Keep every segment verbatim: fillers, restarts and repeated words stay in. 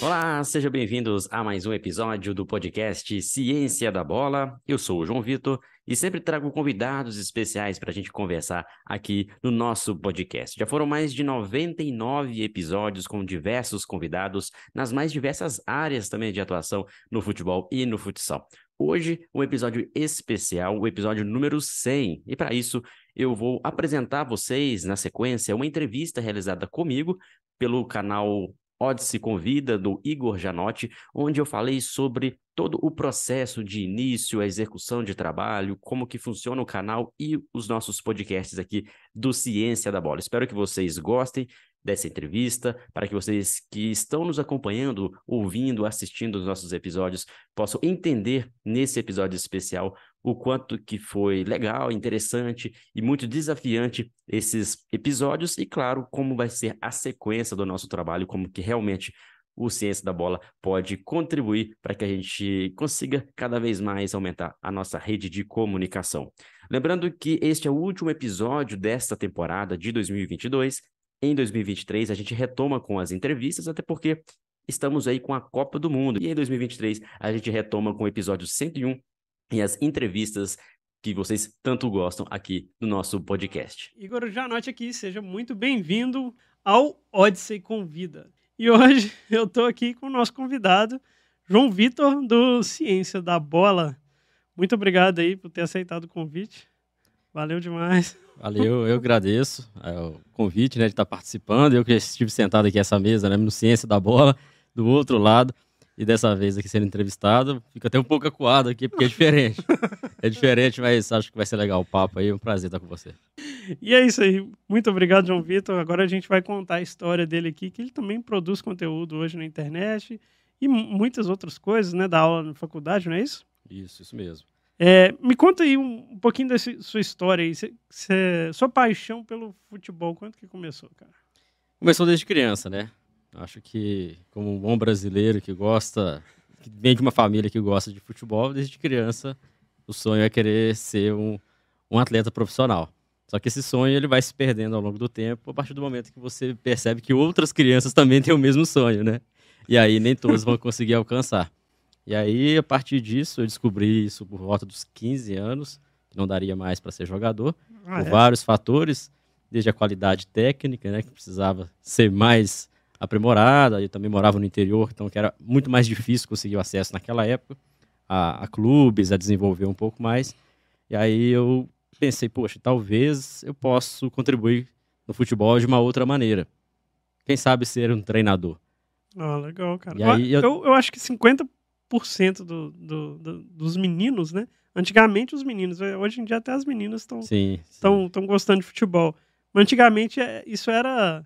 Olá, sejam bem-vindos a mais um episódio do podcast Ciência da Bola. Eu sou o João Vitor e sempre trago convidados especiais para a gente conversar aqui no nosso podcast. Já foram mais de noventa e nove episódios com diversos convidados nas mais diversas áreas também de atuação no futebol e no futsal. Hoje, um episódio especial, o episódio número cem. E para isso, eu vou apresentar a vocês, na sequência, uma entrevista realizada comigo pelo canal Odyssey Convida, do Igor Janotti, onde eu falei sobre todo o processo de início, a execução de trabalho, como que funciona o canal e os nossos podcasts aqui do Ciência da Bola. Espero que vocês gostem dessa entrevista, para que vocês que estão nos acompanhando, ouvindo, assistindo os nossos episódios, possam entender nesse episódio especial o quanto que foi legal, interessante e muito desafiante esses episódios e, claro, como vai ser a sequência do nosso trabalho, como que realmente o Ciência da Bola pode contribuir para que a gente consiga cada vez mais aumentar a nossa rede de comunicação. Lembrando que este é o último episódio desta temporada de dois mil e vinte e dois. Em dois mil e vinte e três, a gente retoma com as entrevistas, até porque estamos aí com a Copa do Mundo. E em dois mil e vinte e três, a gente retoma com o episódio cento e um e as entrevistas que vocês tanto gostam aqui no nosso podcast. Igor Janotti aqui, seja muito bem-vindo ao Odyssey Convida. E hoje eu estou aqui com o nosso convidado, João Vitor, do Ciência da Bola. Muito obrigado aí por ter aceitado o convite. Valeu demais. Valeu, eu agradeço é, o convite, né, de estar participando. Eu que estive sentado aqui nessa mesa, né, no Ciência da Bola, do outro lado, e dessa vez aqui sendo entrevistado. Fico até um pouco acuado aqui, porque é diferente. É diferente, mas acho que vai ser legal o papo aí. É um prazer estar com você. E é isso aí. Muito obrigado, João Vitor. Agora a gente vai contar a história dele aqui, que ele também produz conteúdo hoje na internet e muitas outras coisas, né, da aula na faculdade, não é isso? Isso, isso mesmo. É, me conta aí um, um pouquinho da sua história aí, cê, cê, sua paixão pelo futebol, quando que começou, cara? Começou desde criança, né? Acho que como um bom brasileiro que gosta, que vem de uma família que gosta de futebol, desde criança o sonho é querer ser um, um atleta profissional. Só que esse sonho ele vai se perdendo ao longo do tempo, a partir do momento que você percebe que outras crianças também têm o mesmo sonho, né? E aí nem todos vão conseguir alcançar. E aí, a partir disso, eu descobri isso por volta dos quinze anos, que não daria mais para ser jogador, Ah, por é? vários fatores, desde a qualidade técnica, né, que precisava ser mais aprimorada. Eu também morava no interior, então que era muito mais difícil conseguir o acesso naquela época a, a clubes, a desenvolver um pouco mais. E aí eu pensei, poxa, talvez eu possa contribuir no futebol de uma outra maneira. Quem sabe ser um treinador. Ah, legal, cara. E aí eu... eu- Eu, eu acho que cinquenta por cento do, do, do, dos meninos, né? Antigamente os meninos, hoje em dia até as meninas estão Sim, sim. estão estão gostando de futebol. Mas antigamente é, isso era,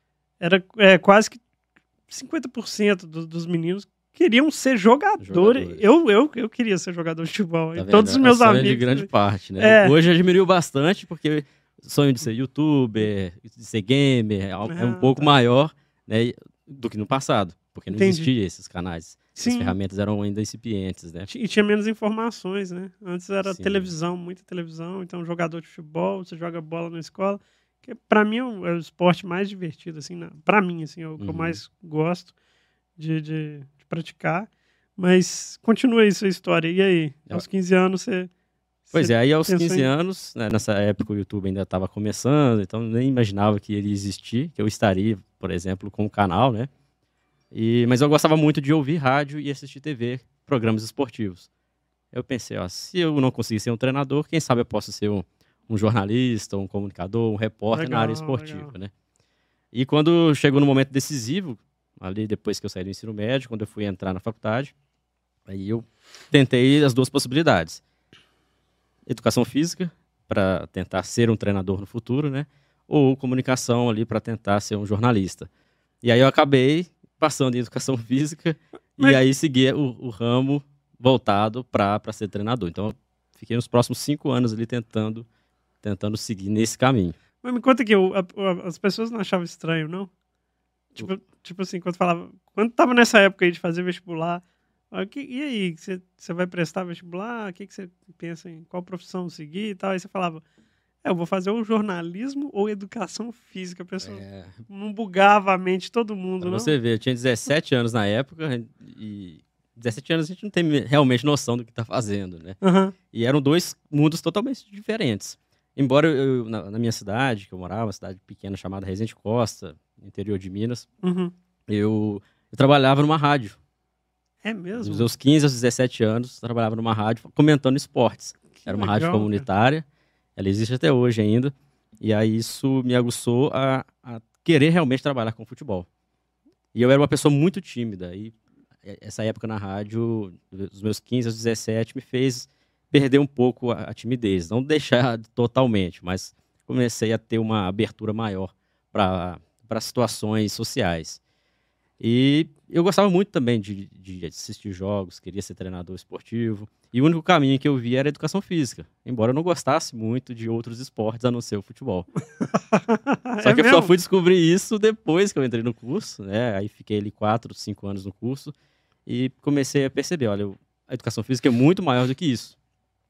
era é, quase que cinquenta por cento do, dos meninos queriam ser jogadores. Jogadores. Eu, eu, eu queria ser jogador de futebol. Tá e todos os vendo? meus É sonho amigos. de grande parte, né? É. Hoje admiriu bastante, porque o sonho de ser youtuber, de ser gamer, é um- é um Ah, pouco tá. maior, né, do que no passado. Porque não Entendi. existiam esses canais. As Sim. ferramentas eram ainda incipientes, né? E tinha menos informações, né? Antes era Sim. televisão, muita televisão. Então, jogador de futebol, você joga bola na escola. Que pra mim é o, é o esporte mais divertido, assim, na, pra mim, assim, é o que eu Uhum. mais gosto de, de, de praticar. Mas continua aí sua história. E aí? Eu- Aos quinze anos você. Pois você é, aí aos pensou quinze em- anos, né, nessa época o YouTube ainda estava começando, então nem imaginava que ele existir, que eu estaria, por exemplo, com o canal, né? E, mas eu gostava muito de ouvir rádio e assistir T V, programas esportivos. Eu pensei, ó, se eu não conseguir ser um treinador, quem sabe eu posso ser um, um jornalista, um comunicador, um repórter na área Legal, esportiva, legal. né? E quando chegou no momento decisivo, ali depois que eu saí do ensino médio, quando eu fui entrar na faculdade, aí eu tentei as duas possibilidades. Educação física, para tentar ser um treinador no futuro, né? Ou comunicação ali para tentar ser um jornalista. E aí eu acabei passando em educação física Mas- e aí segui o, o ramo voltado para ser treinador. Então eu fiquei nos próximos cinco anos ali tentando, tentando seguir nesse caminho. Mas me conta que eu- a- a- as pessoas não achavam estranho, não? Tipo, tipo assim, quando falava. Quando tava nessa época aí de fazer vestibular, ah, que- e aí, você você vai prestar vestibular? O que, que você pensa em qual profissão seguir e tal? Aí você falava, É, eu vou fazer ou jornalismo ou educação física, pessoal. É, Não bugava a mente de todo mundo, pra não? você ver, eu tinha dezessete anos na época e dezessete anos a gente não tem realmente noção do que tá fazendo, né? Aham. E eram dois mundos totalmente diferentes. Embora eu, eu- na, na minha cidade, que eu morava, uma cidade pequena chamada Resende Costa, no interior de Minas, Uhum. eu, eu trabalhava numa rádio. É Dos mesmo? meus quinze aos dezessete anos, eu trabalhava numa rádio comentando esportes. Que Era uma rádio legal, cara. comunitária, ela existe até hoje ainda. E aí isso me aguçou a, a querer realmente trabalhar com futebol. E eu era uma pessoa muito tímida. E e- essa época na rádio, dos meus quinze aos dezessete, me fez perder um pouco a, a timidez. Não deixar totalmente, mas comecei a ter uma abertura maior para para situações sociais. E eu gostava muito também de, de assistir jogos, queria ser treinador esportivo. E o único caminho que eu via era a educação física, embora eu não gostasse muito de outros esportes a não ser o futebol. Só É que eu só mesmo? fui descobrir isso depois que eu entrei no curso, né? Aí fiquei ali quatro, cinco anos no curso e comecei a perceber, olha, eu- a educação física é muito maior do que isso.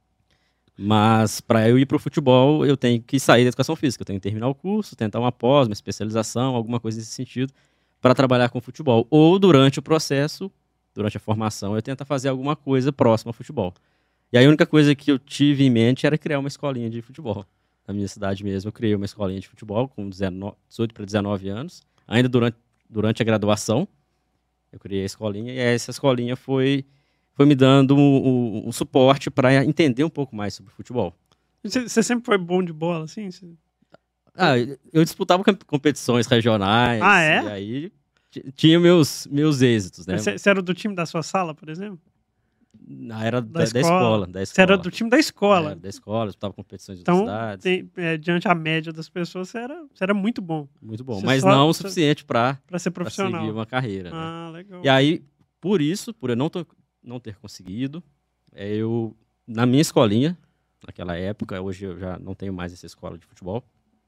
Mas para eu ir para o futebol, eu tenho que sair da educação física, eu tenho que terminar o curso, tentar uma pós, uma especialização, alguma coisa nesse sentido, para trabalhar com futebol. Ou durante o processo, durante a formação, eu tentar fazer alguma coisa próxima ao futebol. E aí a única coisa que eu tive em mente era criar uma escolinha de futebol. Na minha cidade mesmo, eu criei uma escolinha de futebol com dezoito para dezenove anos, ainda durante, durante a graduação. Eu criei a escolinha e essa escolinha foi, foi me dando um, um- um suporte para entender um pouco mais sobre futebol. Você você sempre foi bom de bola, assim? Você- Ah, eu disputava camp- competições regionais, Ah, é? e aí ti- tinha meus, meus êxitos, né? Você, você era do time da sua sala, por exemplo? Ah, era da, Da da escola. escola, da Você era escola. do time da escola. Era da escola, disputava competições de Então, outras cidades. tem- é, diante a média das pessoas, você era, você era muito bom Muito bom, você mas só- não o você- suficiente para para ser seguir profissional. uma carreira, né? Ah, legal. E aí, por isso, por eu não, to- não ter conseguido, é, eu, na minha escolinha, naquela época, hoje eu já não tenho mais essa escola de futebol,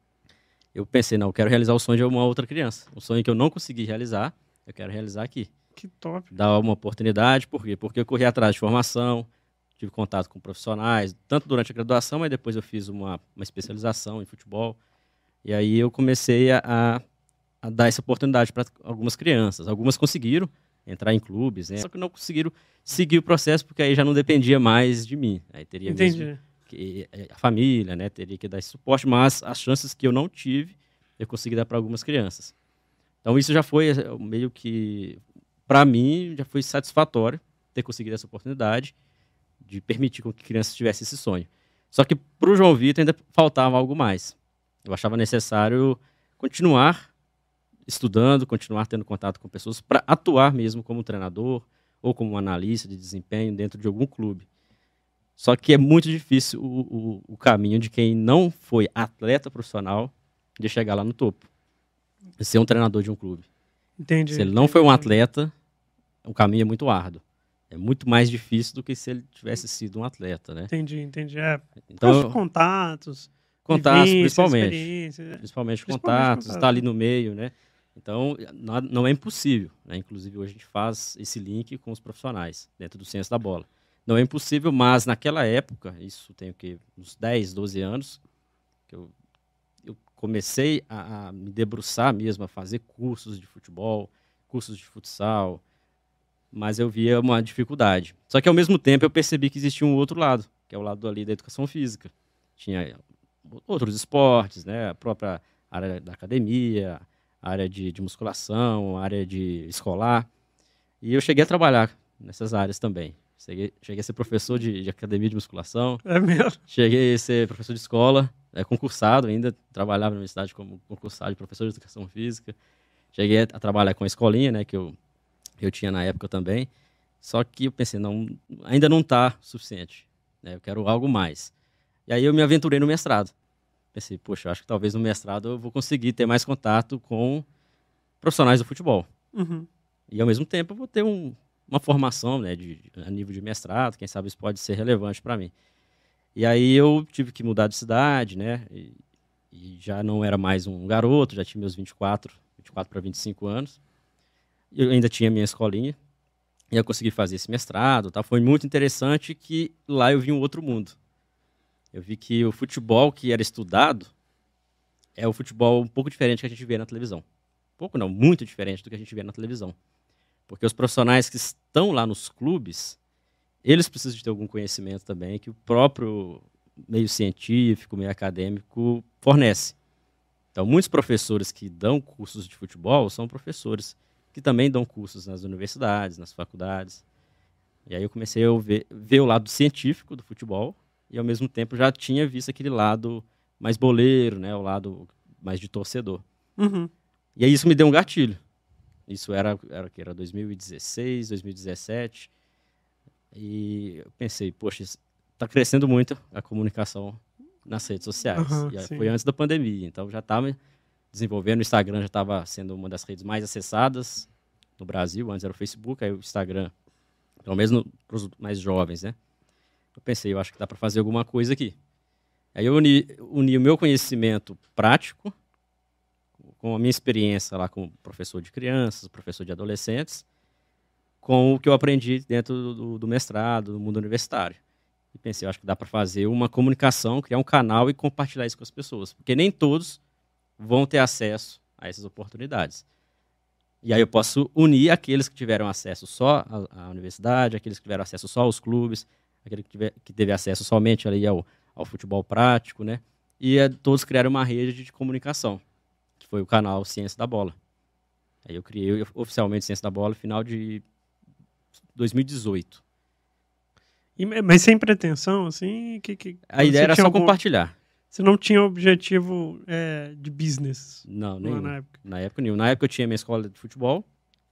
eu pensei, não, eu quero realizar o sonho de uma outra criança. O sonho que eu não consegui realizar, eu quero realizar aqui. Que top. Dar uma oportunidade, por quê? Porque eu corri atrás de formação, tive contato com profissionais, tanto durante a graduação, mas depois eu fiz uma, uma especialização em futebol. E aí eu comecei a, a, a dar essa oportunidade para algumas crianças. Algumas conseguiram entrar em clubes, né? Só que não conseguiram seguir o processo, porque aí já não dependia mais de mim. Aí teria mesmo Entendi. que eh, a família, né, teria que dar esse suporte, mas as chances que eu não tive, eu consegui dar para algumas crianças. Então isso já foi eh, meio que, para mim, já foi satisfatório ter conseguido essa oportunidade de permitir com que crianças tivessem esse sonho. Só que para o João Vitor ainda faltava algo mais. Eu achava necessário continuar estudando, continuar tendo contato com pessoas para atuar mesmo como treinador ou como analista de desempenho dentro de algum clube. Só que é muito difícil o, o, o caminho de quem não foi atleta profissional de chegar lá no topo. Ser um treinador de um clube. Entendi. Se ele não foi um entendi. atleta, o caminho é muito árduo. É muito mais difícil do que se ele tivesse sido um atleta, né? Entendi, entendi. É, Então, os contatos, contatos, vivência, principalmente. experiência, é. Principalmente Principalmente contatos, contatos, estar ali né? no meio, né? Então, não, não é impossível, né? Inclusive, hoje a gente faz esse link com os profissionais, dentro do Ciência da Bola. Não é impossível, mas naquela época, isso tem o quê? Uns dez, doze anos, que eu, eu comecei a, a me debruçar mesmo, a fazer cursos de futebol, cursos de futsal, mas eu via uma dificuldade. Só que, ao mesmo tempo, eu percebi que existia um outro lado, que é o lado ali da educação física. Tinha outros esportes, né? A própria área da academia, área de, de musculação, área de escolar. E eu cheguei a trabalhar nessas áreas também. Cheguei, cheguei a ser professor de, de academia de musculação, É mesmo. cheguei a ser professor de escola, é, concursado ainda, trabalhava na universidade como concursado de professor de educação física. Cheguei a trabalhar com a escolinha, né, que eu, eu tinha na época também. Só que eu pensei, não, ainda não está suficiente, né, eu quero algo mais. E aí eu me aventurei no mestrado. Pensei, poxa, eu acho que talvez no mestrado eu vou conseguir ter mais contato com profissionais do futebol. Uhum. E ao mesmo tempo eu vou ter um, uma formação, né, de, a nível de mestrado, quem sabe isso pode ser relevante para mim. E aí eu tive que mudar de cidade, né, e, e já não era mais um garoto, já tinha meus vinte e quatro, vinte e quatro para vinte e cinco anos. Eu ainda tinha minha escolinha, e eu consegui fazer esse mestrado, tá? Foi muito interessante que lá eu vi um outro mundo. eu vi que o futebol que era estudado é o futebol um pouco diferente que a gente vê na televisão. Pouco não, muito diferente do que a gente vê na televisão. Porque os profissionais que estão lá nos clubes, eles precisam de ter algum conhecimento também que o próprio meio científico, meio acadêmico fornece. Então, muitos professores que dão cursos de futebol são professores que também dão cursos nas universidades, nas faculdades. E aí eu comecei a ver, ver o lado científico do futebol e, ao mesmo tempo, já tinha visto aquele lado mais boleiro, né, o lado mais de torcedor. Uhum. E aí isso me deu um gatilho. Isso era, era, era dois mil e dezesseis, dois mil e dezessete. E eu pensei, poxa, está crescendo muito a comunicação nas redes sociais. Uhum, e aí sim. foi antes da pandemia, então já estava desenvolvendo. O Instagram já estava sendo uma das redes mais acessadas no Brasil. Antes era o Facebook, aí o Instagram, pelo menos para os mais jovens, né? Eu pensei, eu acho que dá para fazer alguma coisa aqui. Aí eu uni, uni o meu conhecimento prático com a minha experiência lá como professor de crianças, professor de adolescentes, com o que eu aprendi dentro do, do mestrado, do mundo universitário. E pensei, eu acho que dá para fazer uma comunicação, criar um canal e compartilhar isso com as pessoas. Porque nem todos vão ter acesso a essas oportunidades. E aí eu posso unir aqueles que tiveram acesso só à, à universidade, aqueles que tiveram acesso só aos clubes, aquele que, tiver, que teve acesso somente ali ao, ao futebol prático, né? E é, todos criaram uma rede de comunicação, que foi o canal Ciência da Bola. Aí eu criei oficialmente Ciência da Bola no final de dois mil e dezoito. E, mas sem pretensão, assim? Que, que, A ideia era só algum... compartilhar. Você não tinha objetivo é, de business? Não, nenhum. Na época. Na época nenhum. Na época eu tinha minha escola de futebol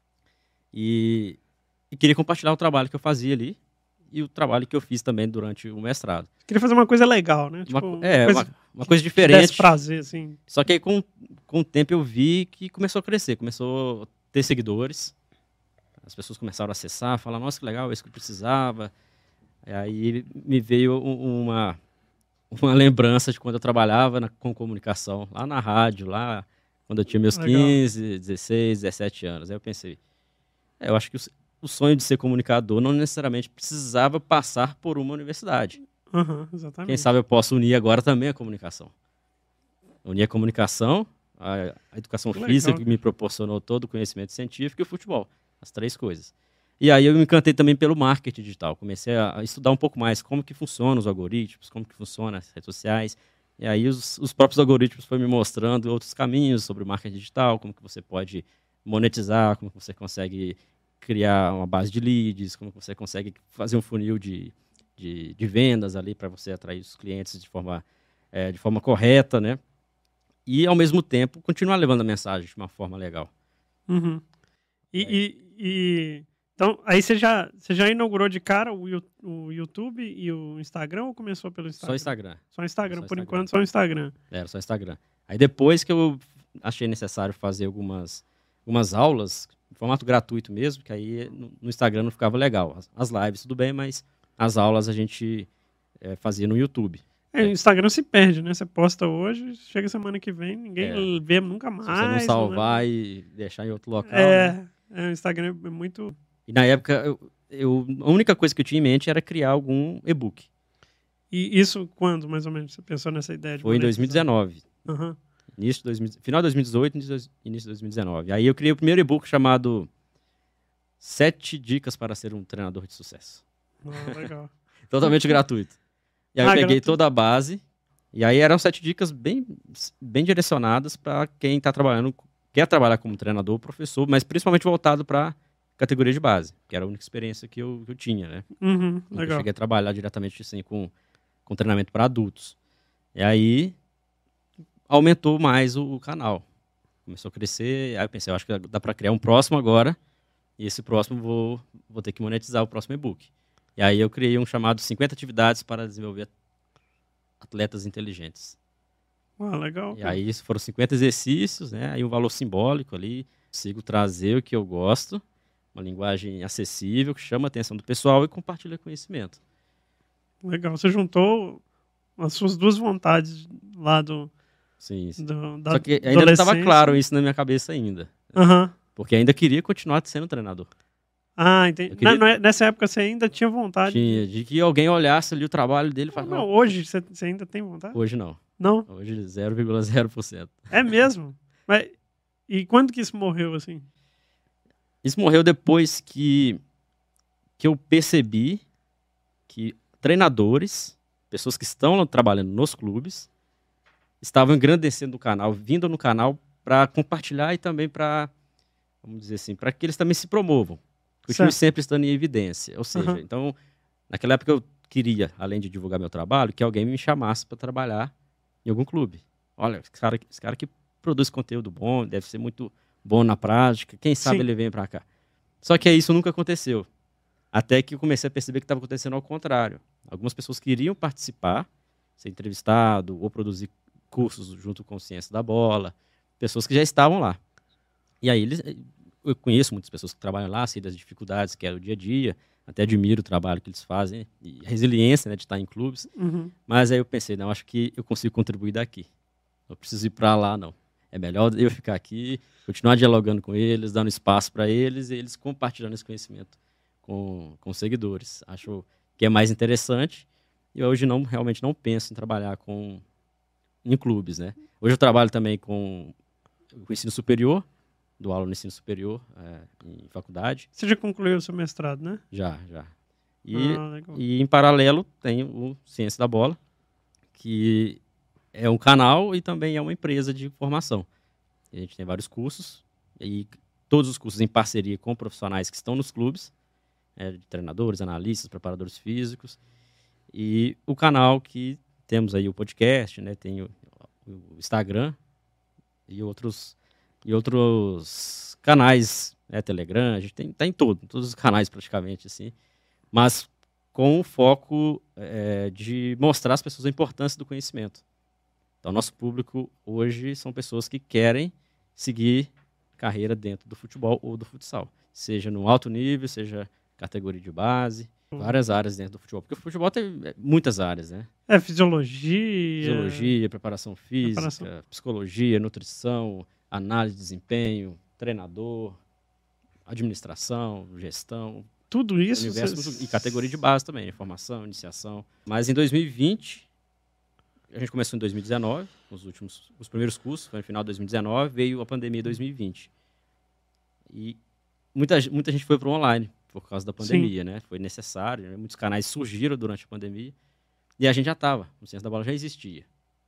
e, e queria compartilhar o trabalho que eu fazia ali e o trabalho que eu fiz também durante o mestrado. Queria fazer uma coisa legal, né? Tipo, uma, é, uma coisa, uma, uma coisa diferente. Desse prazer, assim. Só que aí com, com o tempo eu vi que começou a crescer, começou a ter seguidores. As pessoas começaram a acessar, falar, nossa, que legal, é isso que eu precisava. E aí me veio uma, uma lembrança de quando eu trabalhava na, com comunicação, lá na rádio, lá quando eu tinha meus legal. quinze, dezesseis, dezessete anos. Aí eu pensei, é, eu acho que o, o sonho de ser comunicador não necessariamente precisava passar por uma universidade. Uhum, exatamente. Quem sabe eu posso unir agora também a comunicação. Unir a comunicação, a, a educação Que física, legal. que me proporcionou todo o conhecimento científico, e o futebol. As três coisas. E aí eu me encantei também pelo marketing digital. Comecei a estudar um pouco mais como que funcionam os algoritmos, como que funcionam as redes sociais. E aí os, os próprios algoritmos foram me mostrando outros caminhos sobre o marketing digital, como que você pode monetizar, como que você consegue criar uma base de leads, como que você consegue fazer um funil de, de, de vendas ali para você atrair os clientes de forma, é, de forma correta, né? E, ao mesmo tempo, continuar levando a mensagem de uma forma legal. Uhum. E, e, e... Então, aí você já, você já inaugurou de cara o, o YouTube e o Instagram ou começou pelo Instagram? Só Instagram. Só Instagram, Só por Instagram. enquanto só o Instagram. Era só Instagram. Aí depois que eu achei necessário fazer algumas, algumas aulas, em formato gratuito mesmo, que aí no, no Instagram não ficava legal. As, as lives tudo bem, mas as aulas a gente é, fazia no YouTube. É, o Instagram se perde, né? Você posta hoje, chega semana que vem, ninguém É. vê nunca mais. Se você não salvar né? e deixar em outro local. É, Né? é, o Instagram é muito... E na época, eu, eu, a única coisa que eu tinha em mente era criar algum e-book. E isso quando, mais ou menos, você pensou nessa ideia de Foi em dois mil e dezenove. Uhum. Início de dois mil, final de dois mil e dezoito, início de dois mil e dezenove. Aí eu criei o primeiro e-book chamado Sete Dicas para Ser um Treinador de Sucesso. Ah, legal. Totalmente gratuito. E aí Ah, eu peguei gratuito. toda a base, e aí eram sete dicas bem, bem direcionadas para quem está trabalhando, quer trabalhar como treinador ou professor, mas principalmente voltado para categoria de base, que era a única experiência que eu, que eu tinha, né? Uhum, Nunca legal. cheguei a trabalhar diretamente assim, com, com treinamento para adultos. E aí aumentou mais o, o canal. Começou a crescer, aí eu pensei, eu acho que dá para criar um próximo agora, e esse próximo vou, vou ter que monetizar o próximo e-book. E aí eu criei um chamado cinquenta atividades para desenvolver atletas inteligentes. Ah, legal. E aí foram cinquenta exercícios, né? Aí um valor simbólico ali, consigo trazer o que eu gosto, uma linguagem acessível, que chama a atenção do pessoal e compartilha conhecimento. Legal. Você juntou as suas duas vontades lá do... Sim, sim. do da Só que ainda não estava adolescência. claro isso na minha cabeça ainda. Aham. Porque ainda queria continuar sendo treinador. Ah, entendi. Eu queria- Na- não é- nessa época você ainda tinha vontade? Tinha, de que alguém olhasse ali o trabalho dele e Não, falasse, não, "Não, hoje você, você ainda tem vontade? hoje não. Não? Hoje zero vírgula zero por cento. É mesmo? Mas, e quando que isso morreu, assim? Isso morreu depois que, que eu percebi que treinadores, pessoas que estão trabalhando nos clubes, estavam engrandecendo o canal, vindo no canal para compartilhar e também para, vamos dizer assim, para que eles também se promovam. O time Certo. sempre estando em evidência. Ou seja, Aham. então, naquela época eu queria, além de divulgar meu trabalho, que alguém me chamasse para trabalhar em algum clube. Olha, esse cara, esse cara que produz conteúdo bom, deve ser muito bom na prática, quem sabe Sim. ele vem para cá. Só que isso nunca aconteceu. Até que eu comecei a perceber que estava acontecendo ao contrário. Algumas pessoas queriam participar, ser entrevistado ou produzir cursos junto com Ciência da Bola, pessoas que já estavam lá. E aí eles, eu conheço muitas pessoas que trabalham lá, sei das dificuldades que é o dia a dia, até admiro o trabalho que eles fazem, e a resiliência, né, de estar em clubes. Uhum. Mas aí eu pensei, não, acho que eu consigo contribuir daqui. Não preciso ir para lá, não. É melhor eu ficar aqui, continuar dialogando com eles, dando espaço para eles, e eles compartilhando esse conhecimento com, com os seguidores. Acho que é mais interessante. E hoje não, realmente não penso em trabalhar com, em clubes, né? Hoje eu trabalho também com o ensino superior, dou aula no ensino superior, é, em faculdade. Você já concluiu o seu mestrado, né? Já, já. E, Ah, legal. e em paralelo tem o Ciência da Bola, que é um canal e também é uma empresa de formação. A gente tem vários cursos, e todos os cursos em parceria com profissionais que estão nos clubes, é, de treinadores, analistas, preparadores físicos, e o canal que temos aí o podcast, né, tem o, o Instagram e outros, e outros canais, né, Telegram, a gente tem, tem todo, todos os canais praticamente, assim, mas com o foco é, de mostrar às pessoas a importância do conhecimento. Então, nosso público hoje são pessoas que querem seguir carreira dentro do futebol ou do futsal, seja no alto nível, seja categoria de base, várias áreas dentro do futebol, porque o futebol tem muitas áreas, né? É, fisiologia. Fisiologia, preparação física, Preparação. psicologia, nutrição, análise de desempenho, treinador, administração, gestão, Tudo isso. universo você- e categoria de base também, formação, iniciação. Mas em dois mil e vinte, a gente começou em dois mil e dezenove, os últimos, os primeiros cursos, foi no final de dois mil e dezenove, veio a pandemia em dois mil e vinte. E muita, ge- muita gente foi para o online por causa da pandemia, né? Foi necessário, né? Muitos canais surgiram durante a pandemia e a gente já estava, o Ciência da Bola já existia.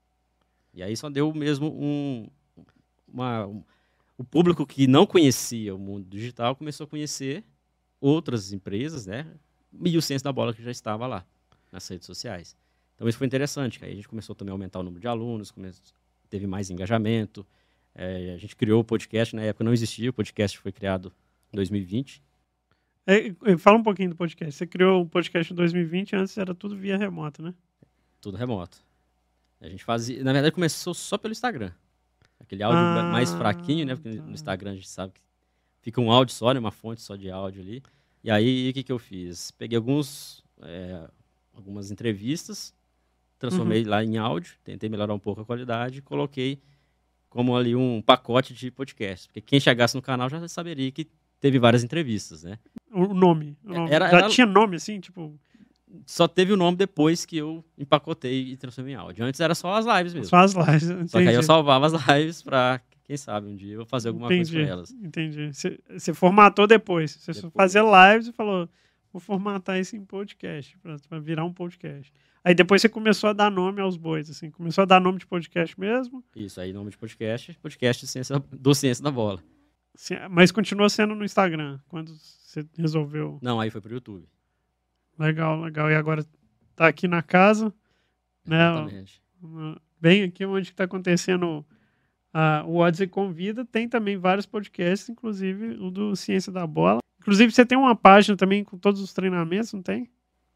E aí só deu mesmo um, uma, um- o público que não conhecia o mundo digital começou a conhecer outras empresas, né? E o Ciência da Bola que já estava lá nas redes sociais. Então isso foi interessante, que aí a gente começou também a aumentar o número de alunos, come- teve mais engajamento. É, a gente criou o podcast, na época não existia, o podcast foi criado em dois mil e vinte. É, é, fala um pouquinho do podcast. Você criou o podcast em dois mil e vinte, antes era tudo via remoto, né? Tudo remoto. A gente fazia, na verdade começou só pelo Instagram. Aquele áudio Ah, mais fraquinho, né? Porque tá. no Instagram a gente sabe que fica um áudio só, né? Uma fonte só de áudio ali. E aí o que, que eu fiz? Peguei alguns, é, algumas entrevistas, transformei Uhum. lá em áudio, tentei melhorar um pouco a qualidade e coloquei como ali um pacote de podcast. Porque quem chegasse no canal já saberia que teve várias entrevistas, né? O nome. o nome. Era- Já era- tinha nome, assim, tipo, Só teve o nome depois que eu empacotei e transformei em áudio. Antes era só as lives mesmo. só as lives. Só que aí eu Entendi. salvava as lives pra, quem sabe, um dia eu fazer alguma coisa Entendi, com elas. entendi. Você, você formatou depois. Você só Depois. fazia lives e falou, vou formatar isso em podcast, pra, pra virar um podcast. Aí depois você começou a dar nome aos bois, assim. Começou a dar nome de podcast mesmo, Isso aí, nome de podcast, podcast de ciência, do Ciência da Bola. assim, mas continuou sendo no Instagram, quando você resolveu. Não, aí foi pro YouTube. Legal, legal. E agora tá aqui na casa, né? Exatamente. Bem aqui onde está acontecendo a, o Odyssey Convida, tem também vários podcasts, inclusive o do Ciência da Bola. Inclusive, você tem uma página também com todos os treinamentos, não tem?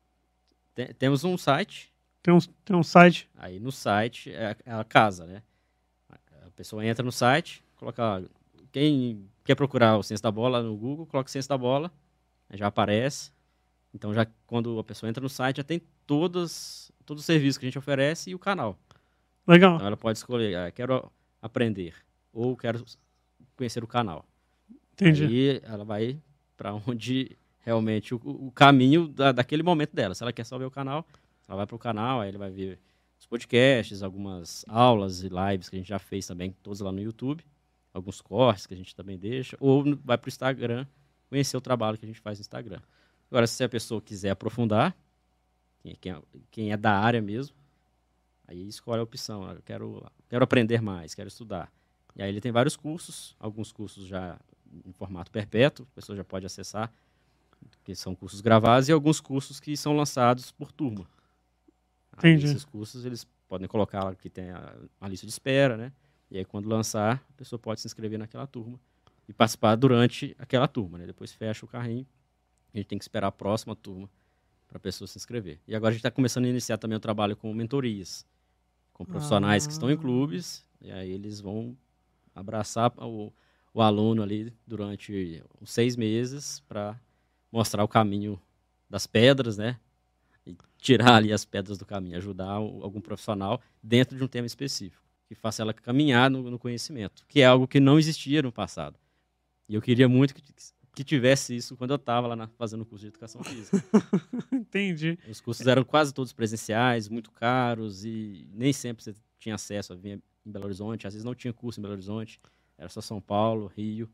Tem- temos um site, Tem um, tem um site. aí no site é a, é a casa, né? A pessoa entra no site, coloca lá, quem quer procurar o Ciência da Bola no Google, coloca Ciência da Bola, aí já aparece. Então, já quando a pessoa entra no site, já tem todos, todos os serviços que a gente oferece e o canal. Legal. Então, ela pode escolher, ah, quero aprender ou quero conhecer o canal. Entendi. Aí ela vai para onde realmente o, o caminho da, daquele momento dela. Se ela quer só ver o canal, ela vai para o canal, aí ele vai ver os podcasts, algumas aulas e lives que a gente já fez também, todos lá no YouTube, alguns cortes que a gente também deixa, ou vai para o Instagram, conhecer o trabalho que a gente faz no Instagram. Agora, se a pessoa quiser aprofundar, quem é, quem é da área mesmo, aí escolhe a opção, eu quero, quero aprender mais, quero estudar. E aí ele tem vários cursos, alguns cursos já em formato perpétuo, a pessoa já pode acessar, que são cursos gravados, e alguns cursos que são lançados por turma. Entendi. Aí, esses cursos eles podem colocar lá que tem a, a lista de espera, né? E aí quando lançar, a pessoa pode se inscrever naquela turma e participar durante aquela turma, né? Depois fecha o carrinho, a gente tem que esperar a próxima turma para a pessoa se inscrever. E agora a gente está começando a iniciar também o trabalho com mentorias, com profissionais Ah. que estão em clubes, e aí eles vão abraçar o, o aluno ali durante uns seis meses para mostrar o caminho das pedras, né? E tirar ali as pedras do caminho, ajudar o, algum profissional dentro de um tema específico, que faça ela caminhar no, no conhecimento, que é algo que não existia no passado. E eu queria muito que, que tivesse isso quando eu estava lá na, fazendo o curso de educação física. Entendi. Os cursos eram quase todos presenciais, muito caros, e nem sempre você tinha acesso a vir em Belo Horizonte. Às vezes não tinha curso em Belo Horizonte, era só São Paulo, Rio.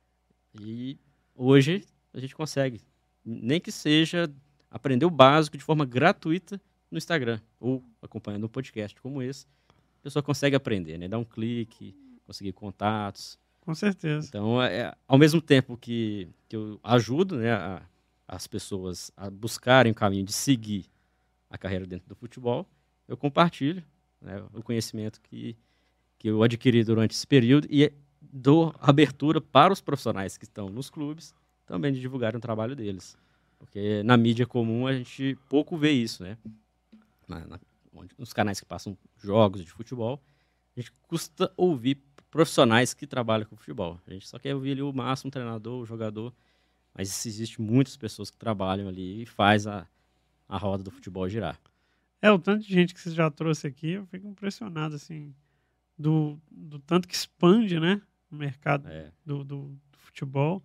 E hoje a gente consegue, nem que seja aprender o básico de forma gratuita no Instagram, ou acompanhando um podcast como esse, a pessoa consegue aprender, né? Dar um clique, conseguir contatos. Com certeza. Então, é, ao mesmo tempo que, que eu ajudo, né, a, as pessoas a buscarem o caminho de seguir a carreira dentro do futebol, eu compartilho, né, o conhecimento que, que eu adquiri durante esse período e dou abertura para os profissionais que estão nos clubes também de divulgarem o trabalho deles. Porque na mídia comum a gente pouco vê isso, né? Na, na, onde, nos canais que passam jogos de futebol, a gente custa ouvir profissionais que trabalham com futebol. A gente só quer ouvir ali o máximo, um treinador, o jogador, mas existe muitas pessoas que trabalham ali e faz a, a roda do futebol girar. É, o tanto de gente que você já trouxe aqui, eu fico impressionado, assim, do, do tanto que expande, né, o mercado É. do, do, do futebol.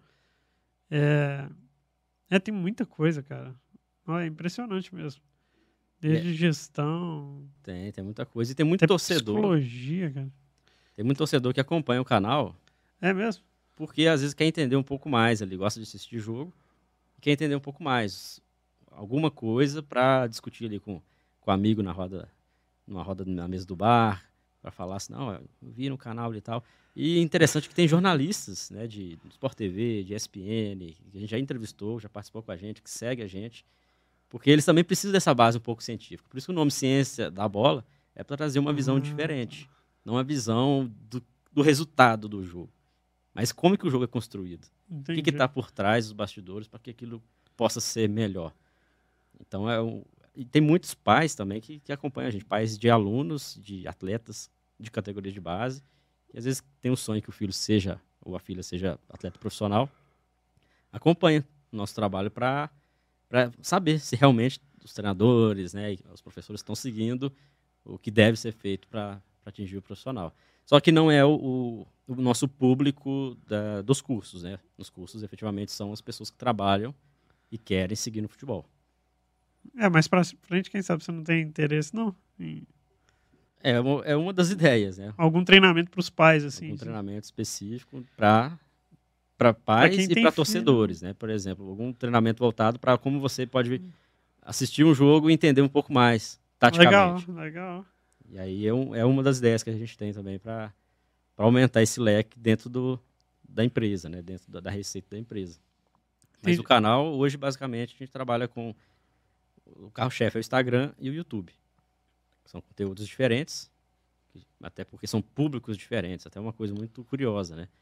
É, é, tem muita coisa, cara. Ó, é impressionante mesmo. Desde É. gestão, Tem, tem muita coisa. E tem muito até torcedor. psicologia, cara. Tem muito torcedor que acompanha o canal É mesmo? porque às vezes quer entender um pouco mais ali, gosta de assistir jogo, quer entender um pouco mais, alguma coisa para discutir ali com com amigo na roda, numa roda na mesa do bar, para falar assim, não, eu vi no canal e tal. E interessante que tem jornalistas, né, de Sport T V, de E S P N, que a gente já entrevistou, já participou com a gente, que segue a gente, porque eles também precisam dessa base um pouco científica. Por isso que o nome Ciência da Bola é para trazer uma visão Ah. diferente, não uma visão do, do resultado do jogo, mas como que o jogo é construído. O Entendi. que está por trás dos bastidores para que aquilo possa ser melhor. Então, é um, e tem muitos pais também que, que acompanham a gente, pais de alunos, de atletas de categoria de base, que às vezes tem um sonho que o filho seja, ou a filha seja atleta profissional, acompanha o nosso trabalho para saber se realmente os treinadores, né, e os professores estão seguindo o que deve ser feito para atingir o profissional. Só que não é o, o, o nosso público da, dos cursos, né? Nos cursos, efetivamente, são as pessoas que trabalham e querem seguir no futebol. É, mas pra frente, quem sabe você não tem interesse, não? Em É uma, é uma das ideias, né? algum treinamento para os pais, assim. Um assim. treinamento específico para para pais quem e tem para filho. torcedores, né? Por exemplo, algum treinamento voltado para como você pode assistir um jogo e entender um pouco mais Legal, taticamente. legal. E aí é, um, é uma das ideias que a gente tem também para aumentar esse leque dentro do, da empresa, né? Dentro da, da receita da empresa. Mas Entendi. o canal, hoje, basicamente, a gente trabalha com o carro-chefe é o Instagram e o YouTube. São conteúdos diferentes, até porque são públicos diferentes. Até uma coisa muito curiosa, né?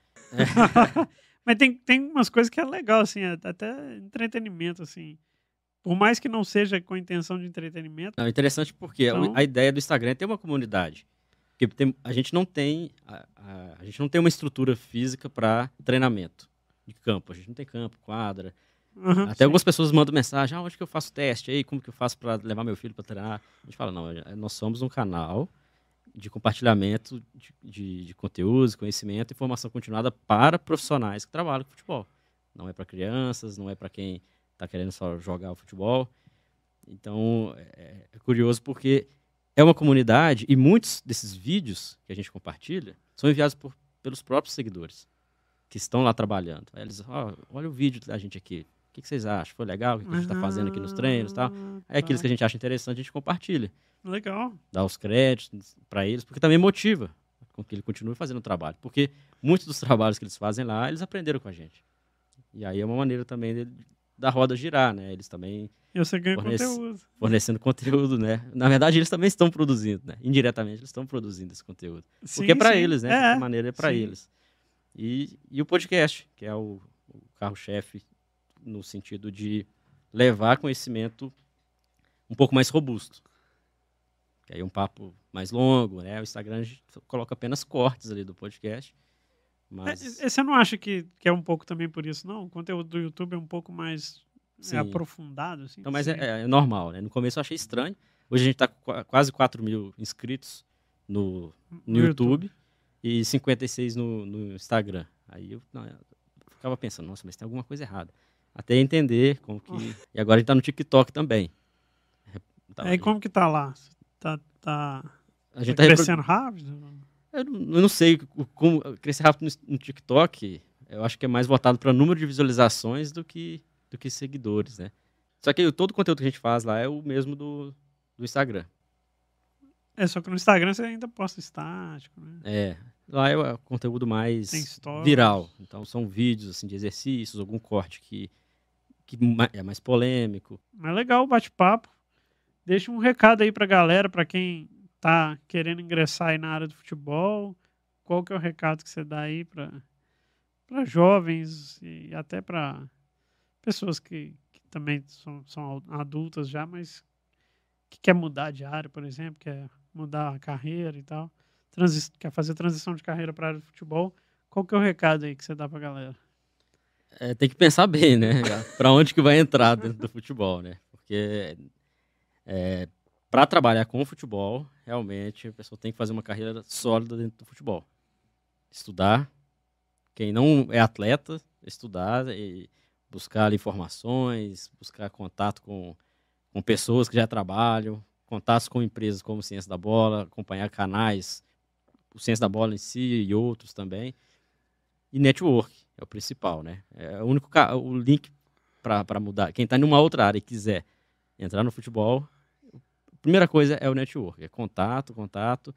Mas tem, tem umas coisas que é legal, assim, é até entretenimento, assim. Por mais que não seja com a intenção de entretenimento. Não, interessante porque a- Então- a ideia do Instagram é ter uma comunidade. Porque tem- a gente não tem a, a- a gente não tem uma estrutura física para treinamento de campo. A gente não tem campo, quadra. Aham, Até sim. algumas pessoas mandam mensagem, ah, onde que eu faço teste aí? Como que eu faço para levar meu filho para treinar? A gente fala, não, é- nós somos um canal de compartilhamento de, de, de conteúdos, conhecimento e formação continuada para profissionais que trabalham com futebol. Não é para crianças, não é para quem está querendo só jogar o futebol. Então, é, é curioso porque é uma comunidade e muitos desses vídeos que a gente compartilha são enviados por, pelos próprios seguidores que estão lá trabalhando. Aí eles, oh, olha o vídeo da gente aqui. O que, que vocês acham? Foi legal? O que, que a gente está fazendo aqui nos treinos e tal? Aí aqueles que a gente acha interessante, a gente compartilha. Legal. Dá os créditos para eles, porque também motiva com que ele continue fazendo o trabalho. Porque muitos dos trabalhos que eles fazem lá, eles aprenderam com a gente. E aí é uma maneira também de, da roda girar, né? Eles também E você ganha fornece, conteúdo. fornecendo conteúdo, né? Na verdade, eles também estão produzindo, né? Indiretamente, eles estão produzindo esse conteúdo. Sim, porque é para sim. eles, né? É, De qualquer maneira, é para sim. eles. E, e o podcast, que é o, o carro-chefe no sentido de levar conhecimento um pouco mais robusto. Que aí é um papo mais longo, né? O Instagram a gente coloca apenas cortes ali do podcast. Mas, É, você não acha que, que é um pouco também por isso, não? O conteúdo do YouTube é um pouco mais é, sim. aprofundado, assim? Então, mas Sim. é, é normal, né? No começo eu achei estranho. Hoje a gente está com qua- quase quatro mil inscritos no, no, No YouTube, e cinquenta e seis no, no Instagram. Aí eu, não, eu ficava pensando, nossa, mas tem alguma coisa errada. Até entender como que... E agora a gente tá no TikTok também. Então, Aí como que tá lá? Tá, tá, a tá gente tá repro- crescendo rápido? Eu não, eu não sei o- como crescer rápido no, no TikTok. Eu acho que é mais voltado para número de visualizações do que, do que seguidores, né? Só que todo o conteúdo que a gente faz lá é o mesmo do, do Instagram. É, só que no Instagram você ainda posta estático, né? É, lá é o conteúdo mais Tem stories. viral. Então são vídeos assim de exercícios, algum corte que, que ma- é mais polêmico. Mas legal o bate-papo. Deixa um recado aí pra galera, pra quem tá querendo ingressar aí na área do futebol. Qual que é o recado que você dá aí pra, pra jovens e até pra pessoas que, que também são, são adultas já, mas que quer mudar de área, por exemplo, quer mudar a carreira e tal, transi quer fazer transição de carreira para a área do futebol. Qual que é o recado aí que você dá pra galera? É, tem que pensar bem, né? Para onde que vai entrar dentro do futebol, né? Porque é, para trabalhar com o futebol, realmente a pessoa tem que fazer uma carreira sólida dentro do futebol. Estudar. Quem não é atleta, estudar e buscar ali informações, buscar contato com, com pessoas que já trabalham, contatos com empresas como Ciência da Bola, acompanhar canais, o Ciência da Bola em si e outros também. E network é o principal, né? É o único ca- o link para mudar. Quem está em uma outra área e quiser entrar no futebol, a primeira coisa é o network, é contato, contato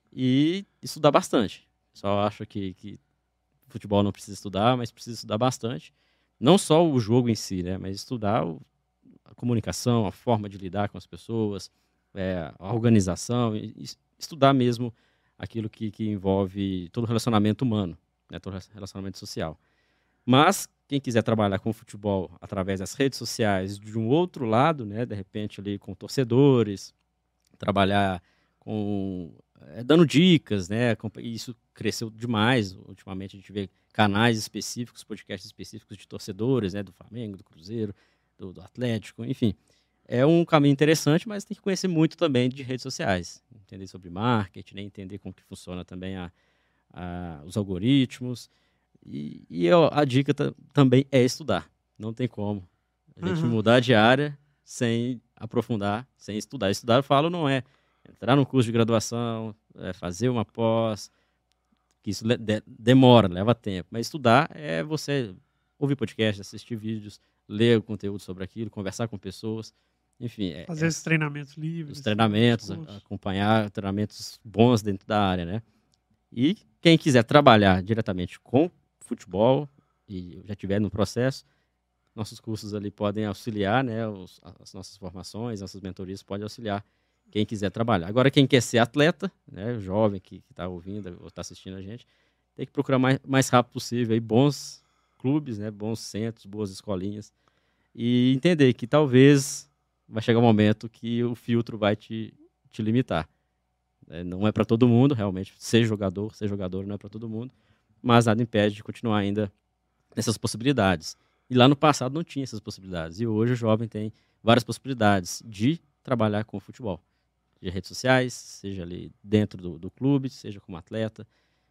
e estudar bastante. Só acho que, que futebol não precisa estudar, mas precisa estudar bastante. Não só o jogo em si, né? Mas estudar o, a comunicação, a forma de lidar com as pessoas, é, a organização, e, e estudar mesmo aquilo que, que envolve todo o relacionamento humano, né? Todo o relacionamento social. Mas quem quiser trabalhar com futebol através das redes sociais, de um outro lado, né? De repente ali com torcedores, trabalhar com é, dando dicas, né? Isso cresceu demais. Ultimamente a gente vê canais específicos, podcasts específicos de torcedores, né? Do Flamengo, do Cruzeiro, do, do Atlético, enfim. É um caminho interessante, mas tem que conhecer muito também de redes sociais. Entender sobre marketing, né? Entender como que funciona também a, a, os algoritmos. E, e eu, a dica também é estudar. Não tem como a gente Uhum. mudar de área sem aprofundar, sem estudar. Estudar, eu falo, não é entrar num curso de graduação, é fazer uma pós, que isso de, demora, leva tempo. Mas estudar é você ouvir podcast, assistir vídeos, ler o conteúdo sobre aquilo, conversar com pessoas, enfim. É, Fazer é, esses treinamentos livres. os treinamentos, os cursos. acompanhar treinamentos bons dentro da área, né? E quem quiser trabalhar diretamente com futebol e já estiver no processo, nossos cursos ali podem auxiliar, né? Os, as nossas formações, nossas mentorias podem auxiliar quem quiser trabalhar. Agora, quem quer ser atleta, né? Jovem que está ouvindo ou está assistindo a gente, tem que procurar mais, mais rápido possível aí, bons clubes, né? Bons centros, boas escolinhas e entender que talvez vai chegar um momento que o filtro vai te, te limitar. Não é para todo mundo, realmente, ser jogador, ser jogador não é para todo mundo, mas nada impede de continuar ainda nessas possibilidades. E lá no passado não tinha essas possibilidades, e hoje o jovem tem várias possibilidades de trabalhar com futebol, de redes sociais, seja ali dentro do, do clube, seja como atleta,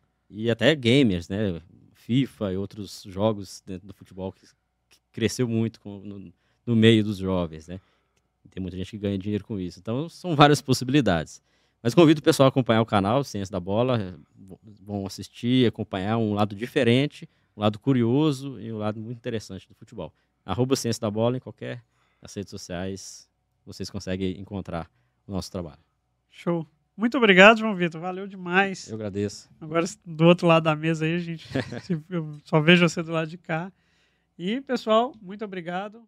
e até gamers, né? FIFA e outros jogos dentro do futebol que, que cresceu muito com, no, no meio dos jovens, né? Tem muita gente que ganha dinheiro com isso. Então, são várias possibilidades. Mas convido o pessoal a acompanhar o canal Ciência da Bola, vão assistir, acompanhar um lado diferente, um lado curioso e um lado muito interessante do futebol. Arroba Ciência da Bola em qualquer das redes sociais, vocês conseguem encontrar o nosso trabalho. Show. Muito obrigado, João Vitor. Valeu demais. Eu agradeço. Agora, do outro lado da mesa aí, a gente eu só vejo você do lado de cá. E, pessoal, muito obrigado.